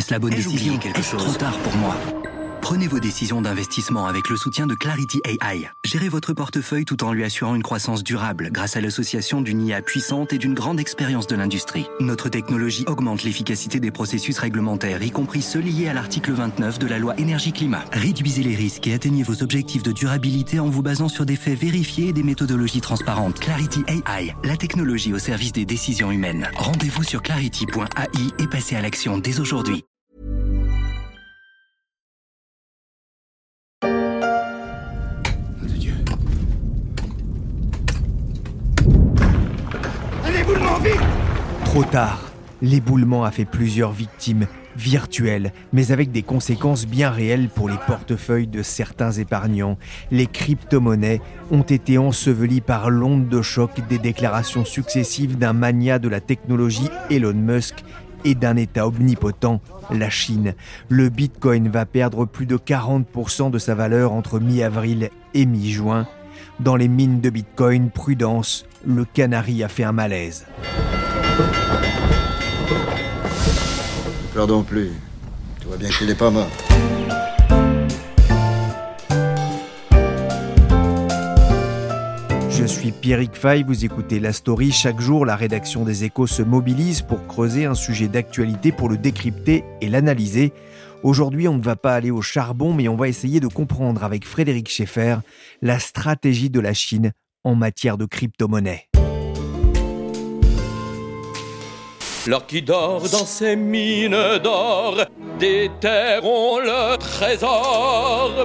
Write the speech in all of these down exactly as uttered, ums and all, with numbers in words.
Est-ce la bonne Ai-je décision? oublié quelque Est-ce chose? trop tard pour moi? Prenez vos décisions d'investissement avec le soutien de Clarity A I. Gérez votre portefeuille tout en lui assurant une croissance durable grâce à l'association d'une I A puissante et d'une grande expérience de l'industrie. Notre technologie augmente l'efficacité des processus réglementaires, y compris ceux liés à l'article vingt-neuf de la loi énergie-climat. Réduisez les risques et atteignez vos objectifs de durabilité en vous basant sur des faits vérifiés et des méthodologies transparentes. Clarity A I, la technologie au service des décisions humaines. Rendez-vous sur clarity point A I et passez à l'action dès aujourd'hui. Trop tard, l'éboulement a fait plusieurs victimes virtuelles, mais avec des conséquences bien réelles pour les portefeuilles de certains épargnants. Les crypto-monnaies ont été ensevelies par l'onde de choc des déclarations successives d'un mania de la technologie, Elon Musk, et d'un État omnipotent, la Chine. Le Bitcoin va perdre plus de quarante pour cent de sa valeur entre mi-avril et mi-juin. Dans les mines de Bitcoin, prudence, le canari a fait un malaise. Pardon plus. Tu vois bien qu'il n'est pas mort. Je suis Pierrick Fay, vous écoutez La Story. Chaque jour, la rédaction des Échos se mobilise pour creuser un sujet d'actualité, pour le décrypter et l'analyser. Aujourd'hui, on ne va pas aller au charbon, mais on va essayer de comprendre avec Frédéric Schaeffer la stratégie de la Chine en matière de crypto-monnaie. L'or qui dort dans ces mines d'or, déterrons le trésor.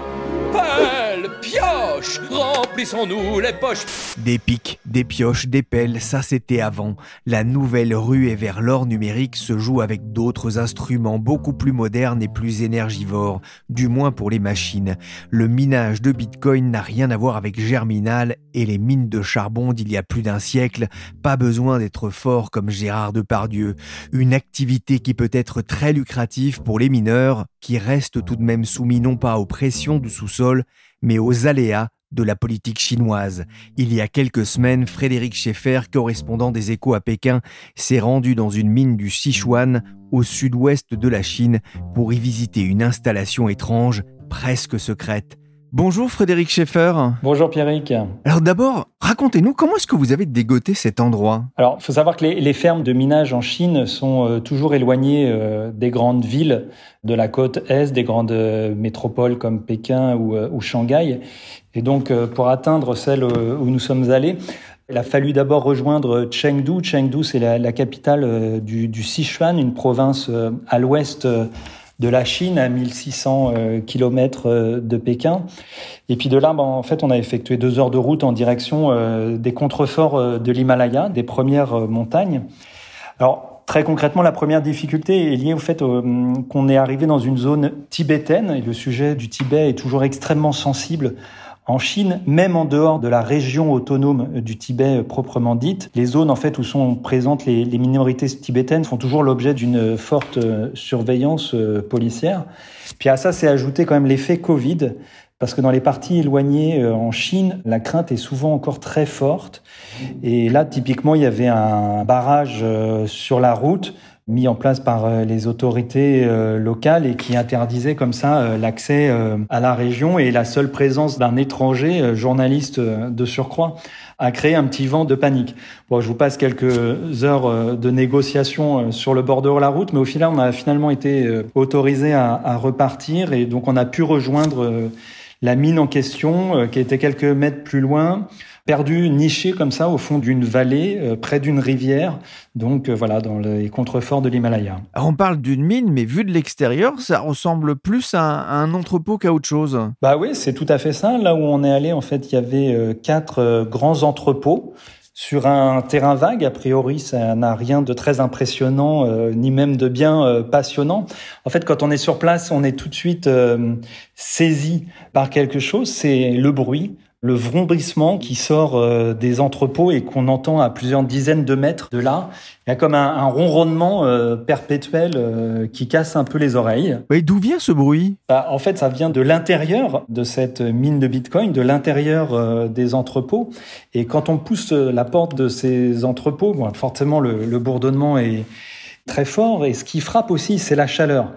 Pelle, pioche, remplissons-nous les poches. Des pics, des pioches, des pelles, ça c'était avant. La nouvelle ruée vers l'or numérique se joue avec d'autres instruments beaucoup plus modernes et plus énergivores, du moins pour les machines. Le minage de Bitcoin n'a rien à voir avec Germinal et les mines de charbon d'il y a plus d'un siècle. Pas besoin d'être fort comme Gérard Depardieu. Une activité qui peut être très lucrative pour les mineurs, qui restent tout de même soumis non pas aux pressions du sous-sol, mais aux aléas de la politique chinoise. Il y a quelques semaines, Frédéric Schaeffer, correspondant des Échos à Pékin, s'est rendu dans une mine du Sichuan, au sud-ouest de la Chine, pour y visiter une installation étrange, presque secrète. Bonjour Frédéric Schaeffer. Bonjour Pierrick. Alors d'abord, racontez-nous comment est-ce que vous avez dégoté cet endroit ? Alors, il faut savoir que les, les fermes de minage en Chine sont euh, toujours éloignées euh, des grandes villes de la côte est, des grandes euh, métropoles comme Pékin ou, euh, ou Shanghai. Et donc, euh, pour atteindre celle euh, où nous sommes allés, il a fallu d'abord rejoindre Chengdu. Chengdu, c'est la, la capitale euh, du, du Sichuan, une province euh, à l'ouest euh, de la Chine, à mille six cents euh, kilomètres euh, de Pékin. Et puis de là, ben, en fait, on a effectué deux heures de route en direction euh, des contreforts euh, de l'Himalaya, des premières euh, montagnes. Alors, très concrètement, la première difficulté est liée au fait euh, qu'on est arrivé dans une zone tibétaine, et le sujet du Tibet est toujours extrêmement sensible en Chine, même en dehors de la région autonome du Tibet proprement dite. Les zones en fait où sont présentes les, les minorités tibétaines font toujours l'objet d'une forte surveillance policière. Puis à ça s'est ajouté quand même l'effet Covid, parce que dans les parties éloignées en Chine, la crainte est souvent encore très forte. Et là, typiquement, il y avait un barrage sur la route mis en place par les autorités euh, locales et qui interdisait comme ça euh, l'accès euh, à la région, et la seule présence d'un étranger, euh, journaliste euh, de surcroît, a créé un petit vent de panique. Bon, je vous passe quelques heures euh, de négociations euh, sur le bord de la route, mais au final, on a finalement été euh, autorisé à, à repartir, et donc on a pu rejoindre euh, la mine en question, euh, qui était quelques mètres plus loin, perdu, niché comme ça au fond d'une vallée, euh, près d'une rivière, donc euh, voilà, dans les contreforts de l'Himalaya. Alors on parle d'une mine, mais vu de l'extérieur, ça ressemble plus à un, à un entrepôt qu'à autre chose. Bah oui, c'est tout à fait ça. Là où on est allé, en fait, il y avait euh, quatre euh, grands entrepôts sur un terrain vague. A priori, ça n'a rien de très impressionnant, euh, ni même de bien euh, passionnant. En fait, quand on est sur place, on est tout de suite euh, saisi par quelque chose, c'est le bruit. Le vrombissement qui sort euh, des entrepôts et qu'on entend à plusieurs dizaines de mètres de là. Il y a comme un, un ronronnement euh, perpétuel euh, qui casse un peu les oreilles. Et d'où vient ce bruit ? Bah, en fait, ça vient de l'intérieur de cette mine de Bitcoin, de l'intérieur euh, des entrepôts. Et quand on pousse la porte de ces entrepôts, bon, forcément, le, le bourdonnement est très fort. Et ce qui frappe aussi, c'est la chaleur.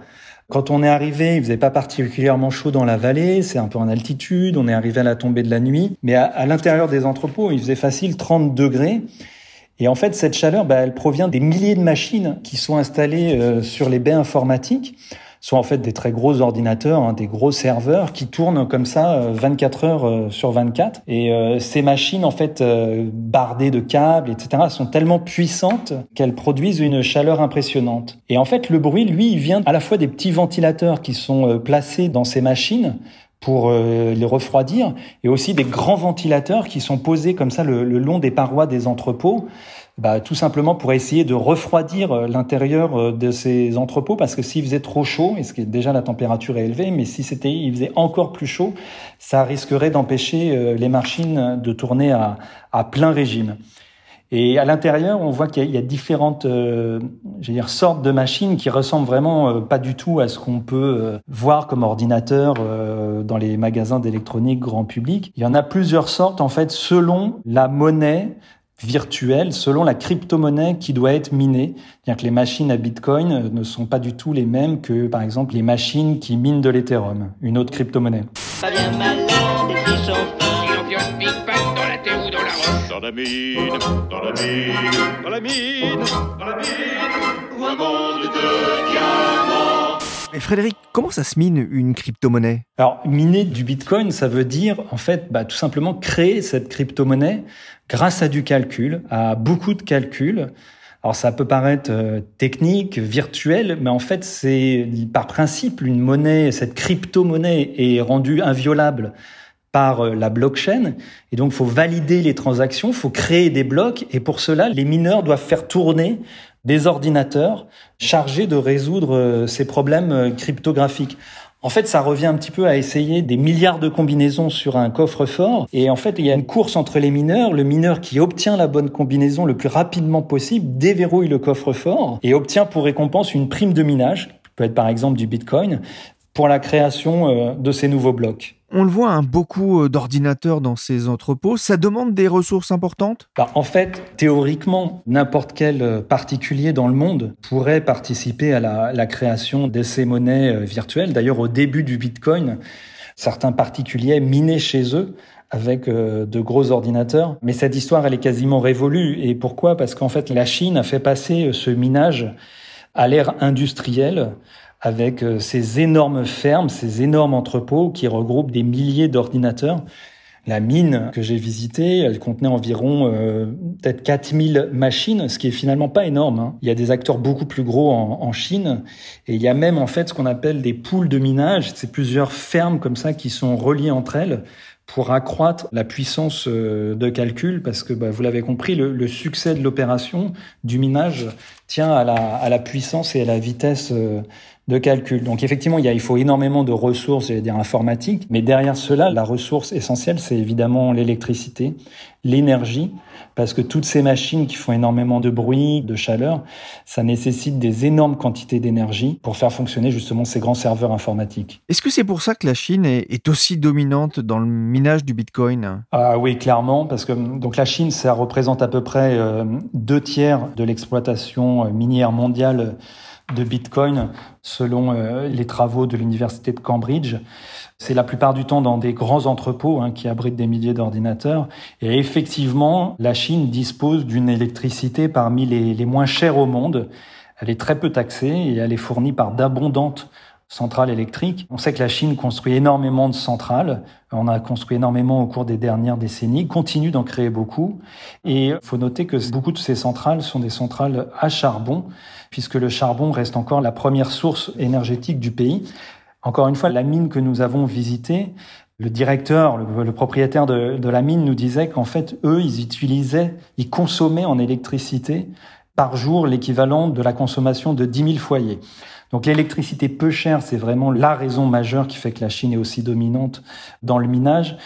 Quand on est arrivé, il faisait pas particulièrement chaud dans la vallée, c'est un peu en altitude, on est arrivé à la tombée de la nuit, mais à, à l'intérieur des entrepôts, il faisait facile trente degrés. Et en fait, cette chaleur, bah, elle provient des milliers de machines qui sont installées euh, sur les baies informatiques. Ce sont en fait des très gros ordinateurs, hein, des gros serveurs qui tournent comme ça euh, vingt-quatre heures euh, sur vingt-quatre. Et euh, ces machines, en fait, euh, bardées de câbles, et cetera, sont tellement puissantes qu'elles produisent une chaleur impressionnante. Et en fait, le bruit, lui, il vient à la fois des petits ventilateurs qui sont euh, placés dans ces machines pour euh, les refroidir, et aussi des grands ventilateurs qui sont posés comme ça le, le long des parois des entrepôts, bah, tout simplement pour essayer de refroidir l'intérieur de ces entrepôts, parce que s'il faisait trop chaud, et ce qui est déjà la température est élevée, mais si c'était, il faisait encore plus chaud, ça risquerait d'empêcher les machines de tourner à, à plein régime. Et à l'intérieur, on voit qu'il y a, il y a différentes, euh, je veux dire, sortes de machines qui ressemblent vraiment euh, pas du tout à ce qu'on peut euh, voir comme ordinateur euh, dans les magasins d'électronique grand public. Il y en a plusieurs sortes, en fait, selon la monnaie virtuelle, selon la crypto-monnaie qui doit être minée. C'est-à-dire que les machines à Bitcoin ne sont pas du tout les mêmes que, par exemple, les machines qui minent de l'Ethereum, une autre crypto-monnaie. Pas bien malin, des petits chansons. Si l'ambiance Big Bang dans la terre ou dans la roche. Dans la mine, dans la mine, dans la mine, dans la mine, où un monde de diamants. Mais Frédéric, comment ça se mine une crypto-monnaie ? Alors, miner du Bitcoin, ça veut dire, en fait, bah, tout simplement créer cette crypto-monnaie grâce à du calcul, à beaucoup de calculs. Alors, ça peut paraître euh, technique, virtuel, mais en fait, c'est par principe une monnaie, cette crypto-monnaie est rendue inviolable par euh, la blockchain. Et donc, il faut valider les transactions, il faut créer des blocs. Et pour cela, les mineurs doivent faire tourner des ordinateurs chargés de résoudre euh, ces problèmes euh, cryptographiques. En fait, ça revient un petit peu à essayer des milliards de combinaisons sur un coffre-fort. Et en fait, il y a une course entre les mineurs. Le mineur qui obtient la bonne combinaison le plus rapidement possible déverrouille le coffre-fort et obtient pour récompense une prime de minage, qui peut être par exemple du Bitcoin, pour la création de ces nouveaux blocs. On le voit, hein, beaucoup d'ordinateurs dans ces entrepôts. Ça demande des ressources importantes ? Bah, en fait, théoriquement, n'importe quel particulier dans le monde pourrait participer à la, la création de ces monnaies virtuelles. D'ailleurs, au début du Bitcoin, certains particuliers minaient chez eux avec euh, de gros ordinateurs. Mais cette histoire, elle est quasiment révolue. Et pourquoi ? Parce qu'en fait, la Chine a fait passer ce minage à l'ère industrielle, avec ces énormes fermes, ces énormes entrepôts qui regroupent des milliers d'ordinateurs. La mine que j'ai visitée, elle contenait environ euh, peut-être quatre mille machines, ce qui est finalement pas énorme, hein. Il y a des acteurs beaucoup plus gros en, en Chine, et il y a même en fait ce qu'on appelle des pools de minage. C'est plusieurs fermes comme ça qui sont reliées entre elles pour accroître la puissance de calcul, parce que bah, vous l'avez compris, le, le succès de l'opération du minage tient à la, à la puissance et à la vitesse de calcul. Donc effectivement, il, y a, il faut énormément de ressources, j'allais dire informatiques, mais derrière cela, la ressource essentielle, c'est évidemment l'électricité, l'énergie, parce que toutes ces machines qui font énormément de bruit, de chaleur, ça nécessite des énormes quantités d'énergie pour faire fonctionner justement ces grands serveurs informatiques. Est-ce que c'est pour ça que la Chine est, est aussi dominante dans le minage du Bitcoin ? Ah oui, clairement, parce que donc la Chine, ça représente à peu près euh, deux tiers de l'exploitation minière mondiale de Bitcoin, selon euh, les travaux de l'université de Cambridge. C'est la plupart du temps dans des grands entrepôts hein, qui abritent des milliers d'ordinateurs. Et effectivement, la Chine dispose d'une électricité parmi les, les moins chères au monde. Elle est très peu taxée et elle est fournie par d'abondantes centrales électriques. On sait que la Chine construit énormément de centrales. On a construit énormément au cours des dernières décennies, continue d'en créer beaucoup. Et il faut noter que beaucoup de ces centrales sont des centrales à charbon, puisque le charbon reste encore la première source énergétique du pays. Encore une fois, la mine que nous avons visitée, le directeur, le, le propriétaire de, de la mine nous disait qu'en fait, eux, ils utilisaient, ils consommaient en électricité par jour l'équivalent de la consommation de dix mille foyers. Donc l'électricité peu chère, c'est vraiment la raison majeure qui fait que la Chine est aussi dominante dans le minage.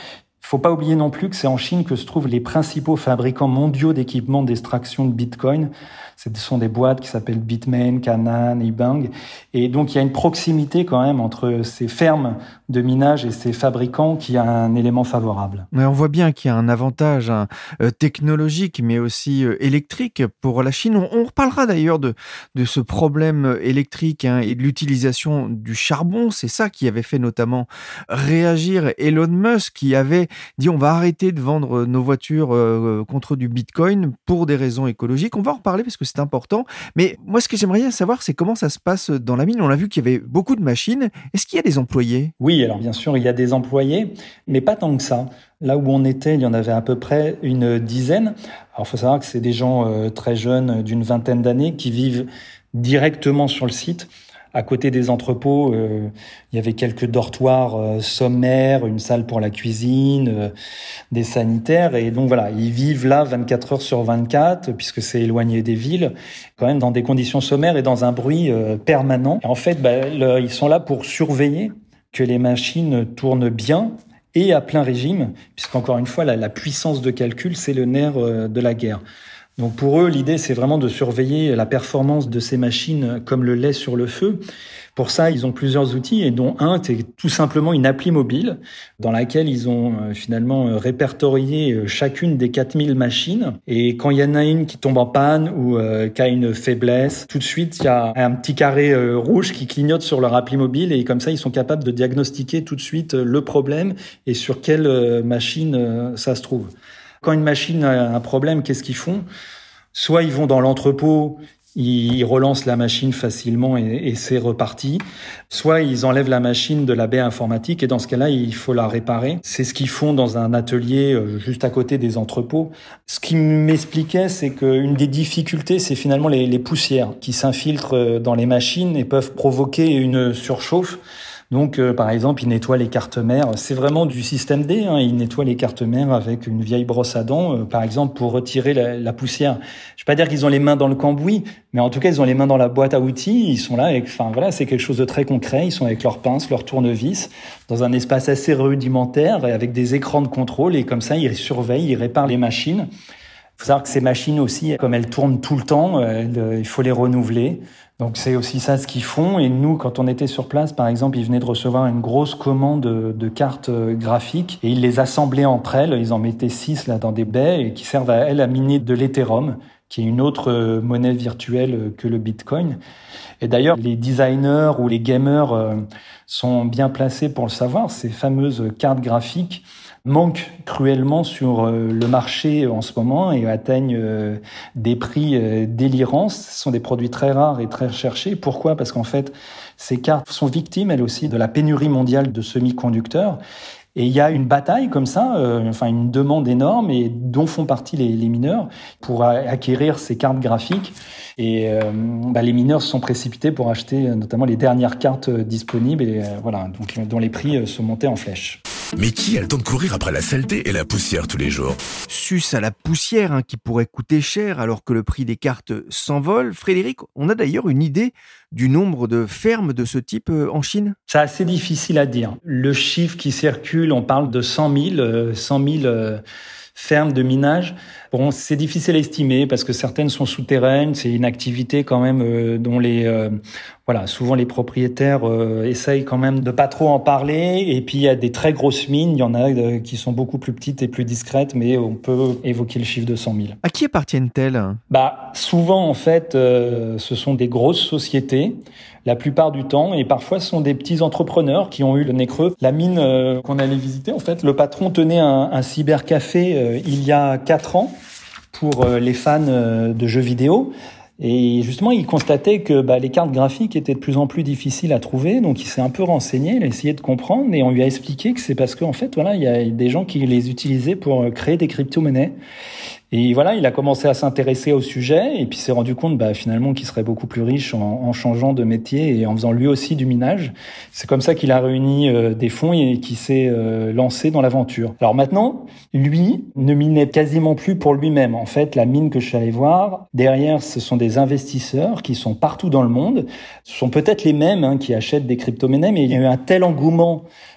Faut pas oublier non plus que c'est en Chine que se trouvent les principaux fabricants mondiaux d'équipements d'extraction de Bitcoin. Ce sont des boîtes qui s'appellent Bitmain, Canaan, Ebang. Et donc, il y a une proximité quand même entre ces fermes de minage et ces fabricants qui a un élément favorable. Mais on voit bien qu'il y a un avantage hein, euh, technologique, mais aussi euh, électrique pour la Chine. On, on reparlera d'ailleurs de, de ce problème électrique hein, et de l'utilisation du charbon. C'est ça qui avait fait notamment réagir Elon Musk, qui avait dit on va arrêter de vendre nos voitures euh, contre du Bitcoin pour des raisons écologiques. On va en reparler parce que c'est important. Mais moi, ce que j'aimerais bien savoir, c'est comment ça se passe dans la mine. On a vu qu'il y avait beaucoup de machines. Est-ce qu'il y a des employés ? Oui, alors bien sûr, il y a des employés, mais pas tant que ça. Là où on était, il y en avait à peu près une dizaine. Alors, il faut savoir que c'est des gens euh, très jeunes, d'une vingtaine d'années, qui vivent directement sur le site. À côté des entrepôts, euh, il y avait quelques dortoirs euh, sommaires, une salle pour la cuisine, euh, des sanitaires. Et donc voilà, ils vivent là vingt-quatre heures sur vingt-quatre, puisque c'est éloigné des villes, quand même dans des conditions sommaires et dans un bruit euh, permanent. Et en fait, bah, le, ils sont là pour surveiller que les machines tournent bien et à plein régime, puisqu'encore une fois, la, la puissance de calcul, c'est le nerf euh, de la guerre. Donc pour eux, l'idée, c'est vraiment de surveiller la performance de ces machines comme le lait sur le feu. Pour ça, ils ont plusieurs outils, et dont un, c'est tout simplement une appli mobile dans laquelle ils ont euh, finalement répertorié euh, chacune des quatre mille machines. Et quand il y en a une qui tombe en panne ou euh, qui a une faiblesse, tout de suite, il y a un petit carré euh, rouge qui clignote sur leur appli mobile, et comme ça, ils sont capables de diagnostiquer tout de suite euh, le problème et sur quelle euh, machine euh, ça se trouve. Quand une machine a un problème, qu'est-ce qu'ils font ? Soit ils vont dans l'entrepôt, ils relancent la machine facilement et, et c'est reparti. Soit ils enlèvent la machine de la baie informatique et dans ce cas-là, il faut la réparer. C'est ce qu'ils font dans un atelier juste à côté des entrepôts. Ce qui m'expliquait, c'est qu'une des difficultés, c'est finalement les, les poussières qui s'infiltrent dans les machines et peuvent provoquer une surchauffe. Donc, euh, par exemple, ils nettoient les cartes mères. C'est vraiment du système D. Hein. Ils nettoient les cartes mères avec une vieille brosse à dents, euh, par exemple, pour retirer la, la poussière. Je vais pas dire qu'ils ont les mains dans le cambouis, mais en tout cas, ils ont les mains dans la boîte à outils. Ils sont là avec, enfin voilà, c'est quelque chose de très concret. Ils sont avec leurs pinces, leurs tournevis, dans un espace assez rudimentaire, avec des écrans de contrôle. Et comme ça, ils surveillent, ils réparent les machines. Il faut savoir que ces machines aussi, comme elles tournent tout le temps, elles, il faut les renouveler. Donc c'est aussi ça ce qu'ils font. Et nous, quand on était sur place, par exemple, ils venaient de recevoir une grosse commande de, de cartes graphiques et ils les assemblaient entre elles. Ils en mettaient six là dans des baies et qui servent à elles à miner de l'Ethereum, qui est une autre monnaie virtuelle que le Bitcoin. Et d'ailleurs, les designers ou les gamers sont bien placés pour le savoir. Ces fameuses cartes graphiques manquent cruellement sur le marché en ce moment et atteignent des prix délirants. Ce sont des produits très rares et très recherchés. Pourquoi ? Parce qu'en fait, ces cartes sont victimes, elles aussi, de la pénurie mondiale de semi-conducteurs. Et il y a une bataille comme ça, euh, enfin une demande énorme, et dont font partie les, les mineurs pour acquérir ces cartes graphiques. Et euh, bah, les mineurs se sont précipités pour acheter notamment les dernières cartes disponibles, et euh, voilà, donc dont les prix se montaient en flèche. Mais qui a le temps de courir après la saleté et la poussière tous les jours ? Sus à la poussière hein, qui pourrait coûter cher alors que le prix des cartes s'envole. Frédéric, on a d'ailleurs une idée du nombre de fermes de ce type en Chine ? C'est assez difficile à dire. Le chiffre qui circule, on parle de cent mille, euh, cent mille euh, fermes de minage. Bon, c'est difficile à estimer parce que certaines sont souterraines. C'est une activité quand même euh, dont les, euh, voilà, souvent les propriétaires euh, essayent quand même de pas trop en parler. Et puis il y a des très grosses mines. Il y en a euh, qui sont beaucoup plus petites et plus discrètes, mais on peut évoquer le chiffre de cent mille. À qui appartiennent-elles ? Bah, souvent en fait, euh, ce sont des grosses sociétés. La plupart du temps, et parfois ce sont des petits entrepreneurs qui ont eu le nez creux. La mine euh, qu'on allait visiter, en fait, le patron tenait un, un cybercafé euh, il y a quatre ans pour euh, les fans euh, de jeux vidéo. Et justement, il constatait que bah, les cartes graphiques étaient de plus en plus difficiles à trouver. Donc, il s'est un peu renseigné, il a essayé de comprendre, et on lui a expliqué que c'est parce qu'en fait, voilà, il y a des gens qui les utilisaient pour créer des crypto-monnaies. Et voilà, il a commencé à s'intéresser au sujet et puis s'est rendu compte bah, finalement qu'il serait beaucoup plus riche en, en changeant de métier et en faisant lui aussi du minage. C'est comme ça qu'il a réuni euh, des fonds et qu'il s'est euh, lancé dans l'aventure. Alors maintenant, lui ne minait quasiment plus pour lui-même. En fait, la mine que je suis allé voir, derrière, ce sont des investisseurs qui sont partout dans le monde. Ce sont peut-être les mêmes hein, qui achètent des crypto-monnaies, mais il y a eu un tel engouement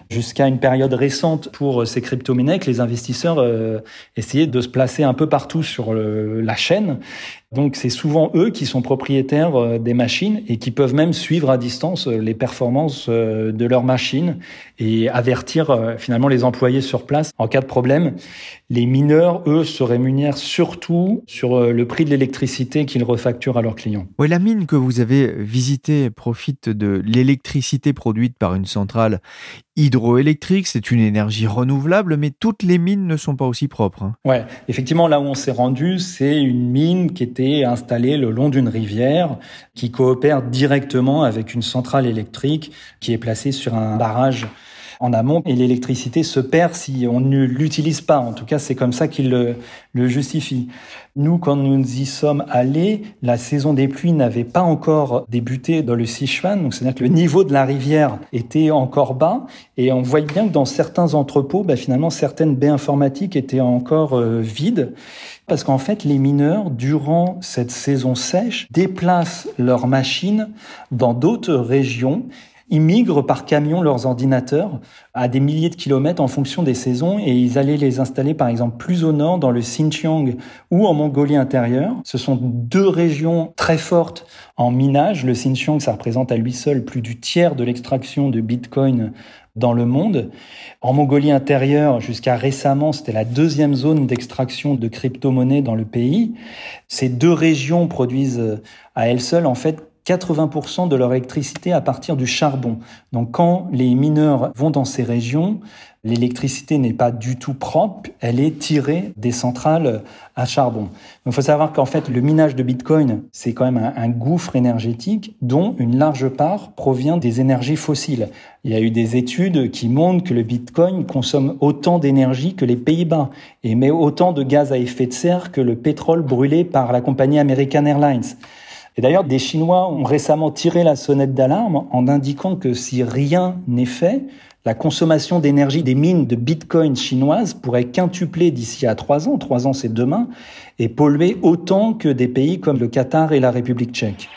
jusqu'à une période récente pour ces crypto-monnaies que les investisseurs euh, essayaient de se placer un peu partout sur le, la chaîne. Donc c'est souvent eux qui sont propriétaires des machines et qui peuvent même suivre à distance les performances de leurs machines et avertir finalement les employés sur place en cas de problème. Les mineurs, eux, se rémunèrent surtout sur le prix de l'électricité qu'ils refacturent à leurs clients. Oui, la mine que vous avez visitée profite de l'électricité produite par une centrale hydroélectrique. C'est une énergie renouvelable, mais toutes les mines ne sont pas aussi propres. Hein. Ouais, effectivement, là où on s'est rendu, c'est une mine qui était installée le long d'une rivière, qui coopère directement avec une centrale électrique qui est placée sur un barrage en amont, et l'électricité se perd si on ne l'utilise pas. En tout cas, c'est comme ça qu'il le, le justifie. Nous, quand nous y sommes allés, la saison des pluies n'avait pas encore débuté dans le Sichuan, donc c'est-à-dire que le niveau de la rivière était encore bas, et on voyait bien que dans certains entrepôts, bah, finalement, certaines baies informatiques étaient encore euh, vides, parce qu'en fait, les mineurs, durant cette saison sèche, déplacent leurs machines dans d'autres régions. Ils migrent par camion leurs ordinateurs à des milliers de kilomètres en fonction des saisons, et ils allaient les installer par exemple plus au nord dans le Xinjiang ou en Mongolie intérieure. Ce sont deux régions très fortes en minage. Le Xinjiang, ça représente à lui seul plus du tiers de l'extraction de Bitcoin dans le monde. En Mongolie intérieure, jusqu'à récemment, c'était la deuxième zone d'extraction de crypto-monnaies dans le pays. Ces deux régions produisent à elles seules en fait quatre-vingts pour cent de leur électricité à partir du charbon. Donc quand les mineurs vont dans ces régions, l'électricité n'est pas du tout propre, elle est tirée des centrales à charbon. Donc il faut savoir qu'en fait le minage de Bitcoin, c'est quand même un, un gouffre énergétique dont une large part provient des énergies fossiles. Il y a eu des études qui montrent que le Bitcoin consomme autant d'énergie que les Pays-Bas et émet autant de gaz à effet de serre que le pétrole brûlé par la compagnie American Airlines. Et d'ailleurs, des Chinois ont récemment tiré la sonnette d'alarme en indiquant que si rien n'est fait, la consommation d'énergie des mines de Bitcoin chinoises pourrait quintupler d'ici à trois ans, trois ans c'est demain, et polluer autant que des pays comme le Qatar et la République tchèque.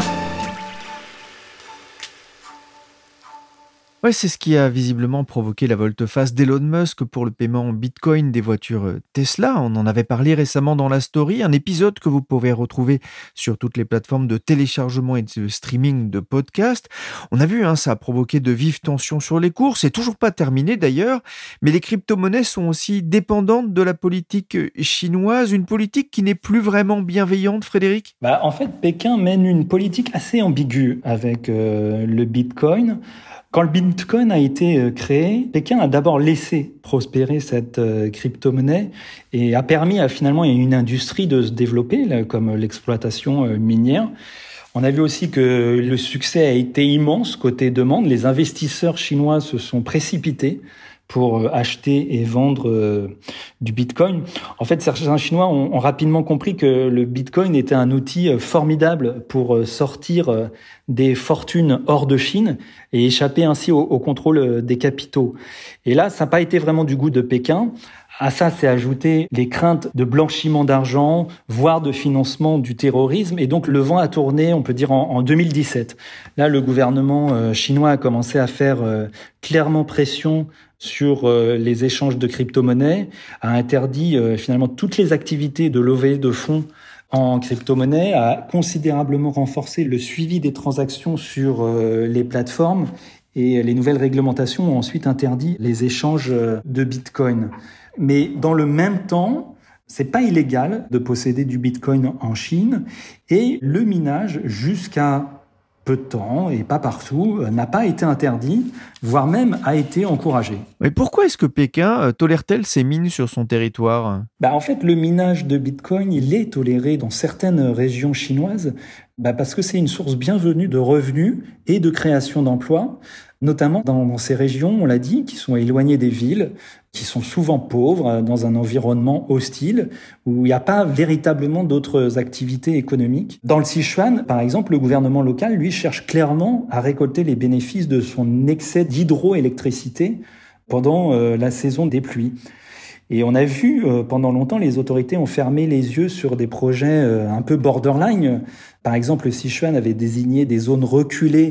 Ouais, c'est ce qui a visiblement provoqué la volte-face d'Elon Musk pour le paiement en Bitcoin des voitures Tesla. On en avait parlé récemment dans la story, un épisode que vous pouvez retrouver sur toutes les plateformes de téléchargement et de streaming de podcasts. On a vu, hein, ça a provoqué de vives tensions sur les cours. C'est toujours pas terminé d'ailleurs, mais les crypto-monnaies sont aussi dépendantes de la politique chinoise, une politique qui n'est plus vraiment bienveillante, Frédéric ? Bah, en fait, Pékin mène une politique assez ambiguë avec euh, le Bitcoin. Quand le Bitcoin a été créé, Pékin a d'abord laissé prospérer cette crypto-monnaie et a permis à finalement une industrie de se développer, comme l'exploitation minière. On a vu aussi que le succès a été immense côté demande. Les investisseurs chinois se sont précipités pour acheter et vendre euh, du Bitcoin. En fait, certains Chinois ont, ont rapidement compris que le Bitcoin était un outil formidable pour sortir des fortunes hors de Chine et échapper ainsi au, au contrôle des capitaux. Et là, ça n'a pas été vraiment du goût de Pékin. À ça, c'est ajouté les craintes de blanchiment d'argent, voire de financement du terrorisme. Et donc, le vent a tourné, on peut dire, en, en deux mille dix-sept. Là, le gouvernement euh, chinois a commencé à faire euh, clairement pression sur euh, les échanges de crypto-monnaies, a interdit euh, finalement toutes les activités de levée de fonds en crypto-monnaie, a considérablement renforcé le suivi des transactions sur euh, les plateformes, et les nouvelles réglementations ont ensuite interdit les échanges de Bitcoin. Mais dans le même temps, c'est pas illégal de posséder du Bitcoin en Chine, et le minage, jusqu'à peu de temps et pas partout, n'a pas été interdit, voire même a été encouragé. Mais pourquoi est-ce que Pékin tolère-t-elle ces mines sur son territoire ? Bah en fait, le minage de Bitcoin, il est toléré dans certaines régions chinoises, bah parce que c'est une source bienvenue de revenus et de création d'emplois, notamment dans, dans ces régions, on l'a dit, qui sont éloignées des villes, qui sont souvent pauvres, dans un environnement hostile, où il n'y a pas véritablement d'autres activités économiques. Dans le Sichuan, par exemple, le gouvernement local, lui, cherche clairement à récolter les bénéfices de son excès d'hydroélectricité pendant euh, la saison des pluies. Et on a vu, euh, pendant longtemps, les autorités ont fermé les yeux sur des projets euh, un peu borderline. Par exemple, le Sichuan avait désigné des zones reculées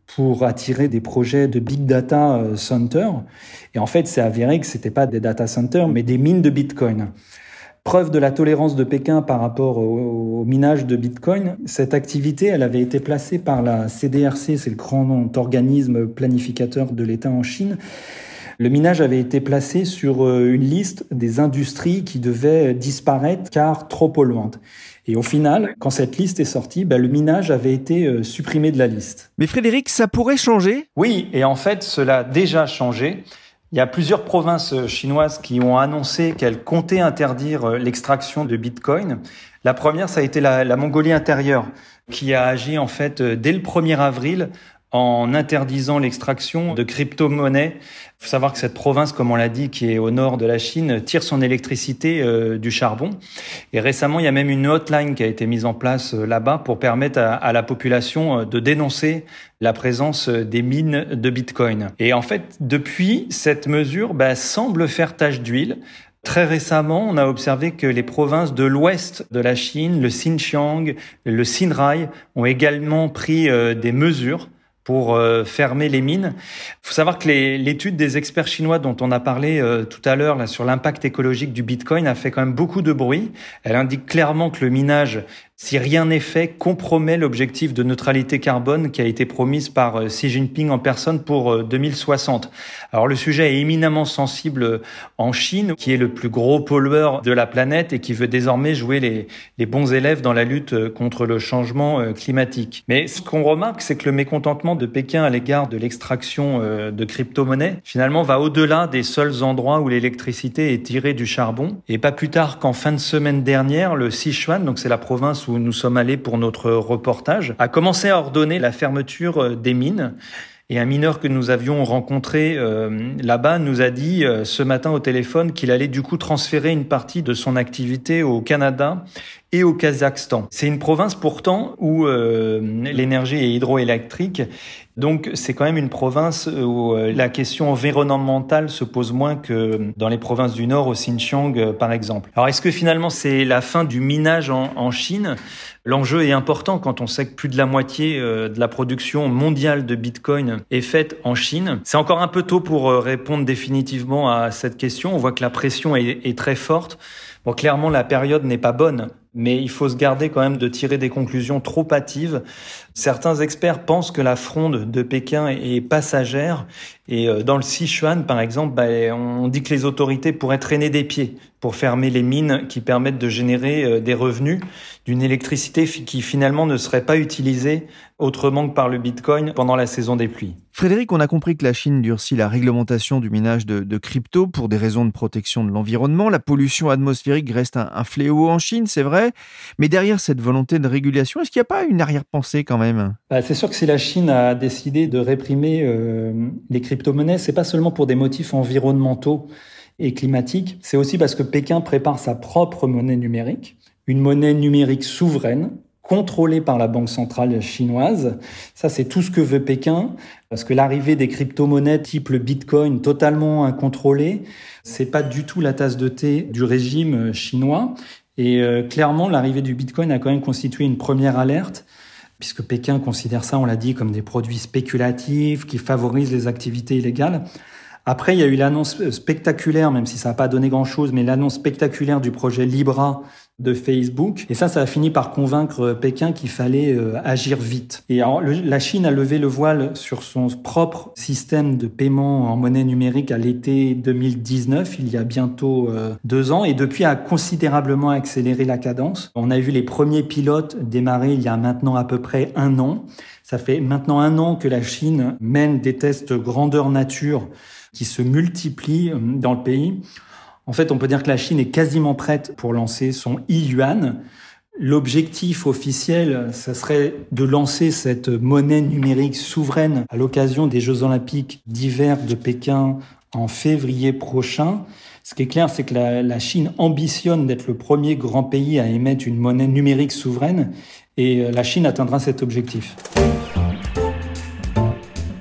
pour attirer des projets de big data center. Et en fait, c'est avéré que c'était pas des data centers, mais des mines de Bitcoin. Preuve de la tolérance de Pékin par rapport au, au minage de Bitcoin, cette activité, elle avait été placée par la C D R C, c'est le grand organisme planificateur de l'État en Chine. Le minage avait été placé sur une liste des industries qui devaient disparaître car trop polluantes. Et au final, quand cette liste est sortie, ben, le minage avait été supprimé de la liste. Mais Frédéric, ça pourrait changer ? Oui, et en fait, cela a déjà changé. Il y a plusieurs provinces chinoises qui ont annoncé qu'elles comptaient interdire l'extraction de Bitcoin. La première, ça a été la, la Mongolie intérieure, qui a agi en fait dès le premier avril en interdisant l'extraction de crypto-monnaies. Il faut savoir que cette province, comme on l'a dit, qui est au nord de la Chine, tire son électricité euh, du charbon. Et récemment, il y a même une hotline qui a été mise en place euh, là-bas pour permettre à, à la population euh, de dénoncer la présence euh, des mines de Bitcoin. Et en fait, depuis, cette mesure bah, semble faire tache d'huile. Très récemment, on a observé que les provinces de l'ouest de la Chine, le Xinjiang, le Xinhai, ont également pris euh, des mesures pour euh, fermer les mines. Il faut savoir que les, l'étude des experts chinois dont on a parlé euh, tout à l'heure là, sur l'impact écologique du Bitcoin a fait quand même beaucoup de bruit. Elle indique clairement que le minage, si rien n'est fait, compromet l'objectif de neutralité carbone qui a été promise par euh, Xi Jinping en personne pour euh, deux mille soixante. Alors le sujet est éminemment sensible en Chine, qui est le plus gros pollueur de la planète et qui veut désormais jouer les, les bons élèves dans la lutte contre le changement euh, climatique. Mais ce qu'on remarque, c'est que le mécontentement de Pékin à l'égard de l'extraction euh, de crypto-monnaies, finalement, va au-delà des seuls endroits où l'électricité est tirée du charbon. Et pas plus tard qu'en fin de semaine dernière, le Sichuan, donc c'est la province où nous sommes allés pour notre reportage, a commencé à ordonner la fermeture des mines. Et un mineur que nous avions rencontré euh, là-bas nous a dit euh, ce matin au téléphone qu'il allait du coup transférer une partie de son activité au Canada et au Kazakhstan. C'est une province pourtant où euh, l'énergie est hydroélectrique. Donc c'est quand même une province où euh, la question environnementale se pose moins que dans les provinces du Nord, au Xinjiang euh, par exemple. Alors est-ce que finalement c'est la fin du minage en, en Chine ? L'enjeu est important quand on sait que plus de la moitié euh, de la production mondiale de Bitcoin est faite en Chine. C'est encore un peu tôt pour euh, répondre définitivement à cette question. On voit que la pression est, est très forte. Bon, clairement, la période n'est pas bonne, mais il faut se garder quand même de tirer des conclusions trop hâtives. Certains experts pensent que la fronde de Pékin est passagère. Et dans le Sichuan, par exemple, bah, on dit que les autorités pourraient traîner des pieds pour fermer les mines qui permettent de générer des revenus d'une électricité qui finalement ne serait pas utilisée autrement que par le Bitcoin pendant la saison des pluies. Frédéric, on a compris que la Chine durcit la réglementation du minage de, de crypto pour des raisons de protection de l'environnement. La pollution atmosphérique reste un, un fléau en Chine, c'est vrai. Mais derrière cette volonté de régulation, est-ce qu'il n'y a pas une arrière-pensée quand même ? Bah, c'est sûr que si la Chine a décidé de réprimer euh, les crypto-monnaies, c'est pas seulement pour des motifs environnementaux et climatiques, c'est aussi parce que Pékin prépare sa propre monnaie numérique, une monnaie numérique souveraine, contrôlée par la banque centrale chinoise. Ça, c'est tout ce que veut Pékin, parce que l'arrivée des crypto-monnaies type le Bitcoin totalement incontrôlée, c'est pas du tout la tasse de thé du régime chinois. Et euh, clairement, l'arrivée du Bitcoin a quand même constitué une première alerte, puisque Pékin considère ça, on l'a dit, comme des produits spéculatifs qui favorisent les activités illégales. Après, il y a eu l'annonce spectaculaire, même si ça n'a pas donné grand-chose, mais l'annonce spectaculaire du projet Libra de Facebook. Et ça, ça a fini par convaincre Pékin qu'il fallait euh, agir vite. Et alors, le, la Chine a levé le voile sur son propre système de paiement en monnaie numérique à l'été deux mille dix-neuf, il y a bientôt euh, deux ans, et depuis a considérablement accéléré la cadence. On a vu les premiers pilotes démarrer il y a maintenant à peu près un an. Ça fait maintenant un an que la Chine mène des tests grandeur nature qui se multiplient dans le pays. En fait, on peut dire que la Chine est quasiment prête pour lancer son e-yuan. L'objectif officiel, ça serait de lancer cette monnaie numérique souveraine à l'occasion des Jeux Olympiques d'hiver de Pékin en février prochain. Ce qui est clair, c'est que la, la Chine ambitionne d'être le premier grand pays à émettre une monnaie numérique souveraine et la Chine atteindra cet objectif.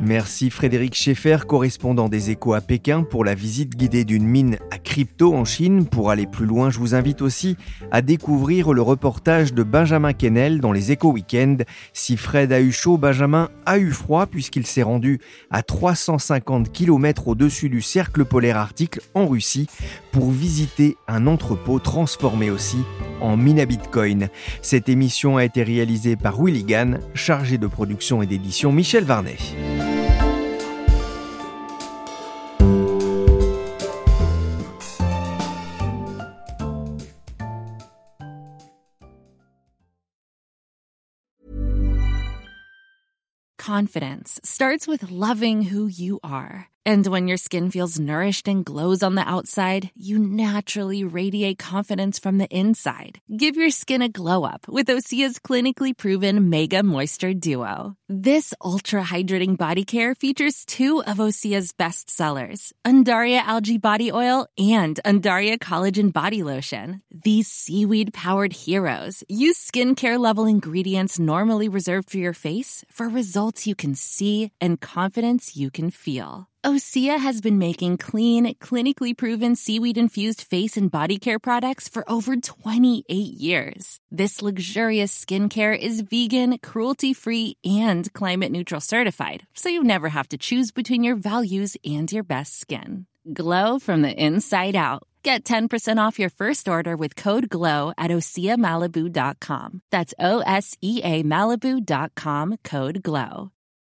Merci Frédéric Schaeffer, correspondant des Échos à Pékin, pour la visite guidée d'une mine à crypto en Chine. Pour aller plus loin, je vous invite aussi à découvrir le reportage de Benjamin Quesnel dans les Échos Week-end. Si Fred a eu chaud, Benjamin a eu froid puisqu'il s'est rendu à trois cent cinquante kilomètres au-dessus du cercle polaire arctique en Russie pour visiter un entrepôt transformé aussi en mine à Bitcoin. Cette émission a été réalisée par Willy Gann, chargé de production et d'édition Michel Varnet. Confidence starts with loving who you are. And when your skin feels nourished and glows on the outside, you naturally radiate confidence from the inside. Give your skin a glow up with Osea's clinically proven Mega Moisture Duo. This ultra-hydrating body care features two of Osea's best sellers, Undaria Algae Body Oil and Undaria Collagen Body Lotion. These seaweed-powered heroes use skincare-level ingredients normally reserved for your face for results you can see and confidence you can feel. Osea has been making clean, clinically proven seaweed-infused face and body care products for over twenty-eight years. This luxurious skincare is vegan, cruelty-free, and climate-neutral certified, so you never have to choose between your values and your best skin. Glow from the inside out. Get ten percent off your first order with code GLOW at osea malibu dot com. That's O S E A Malibu dot com, code GLOW.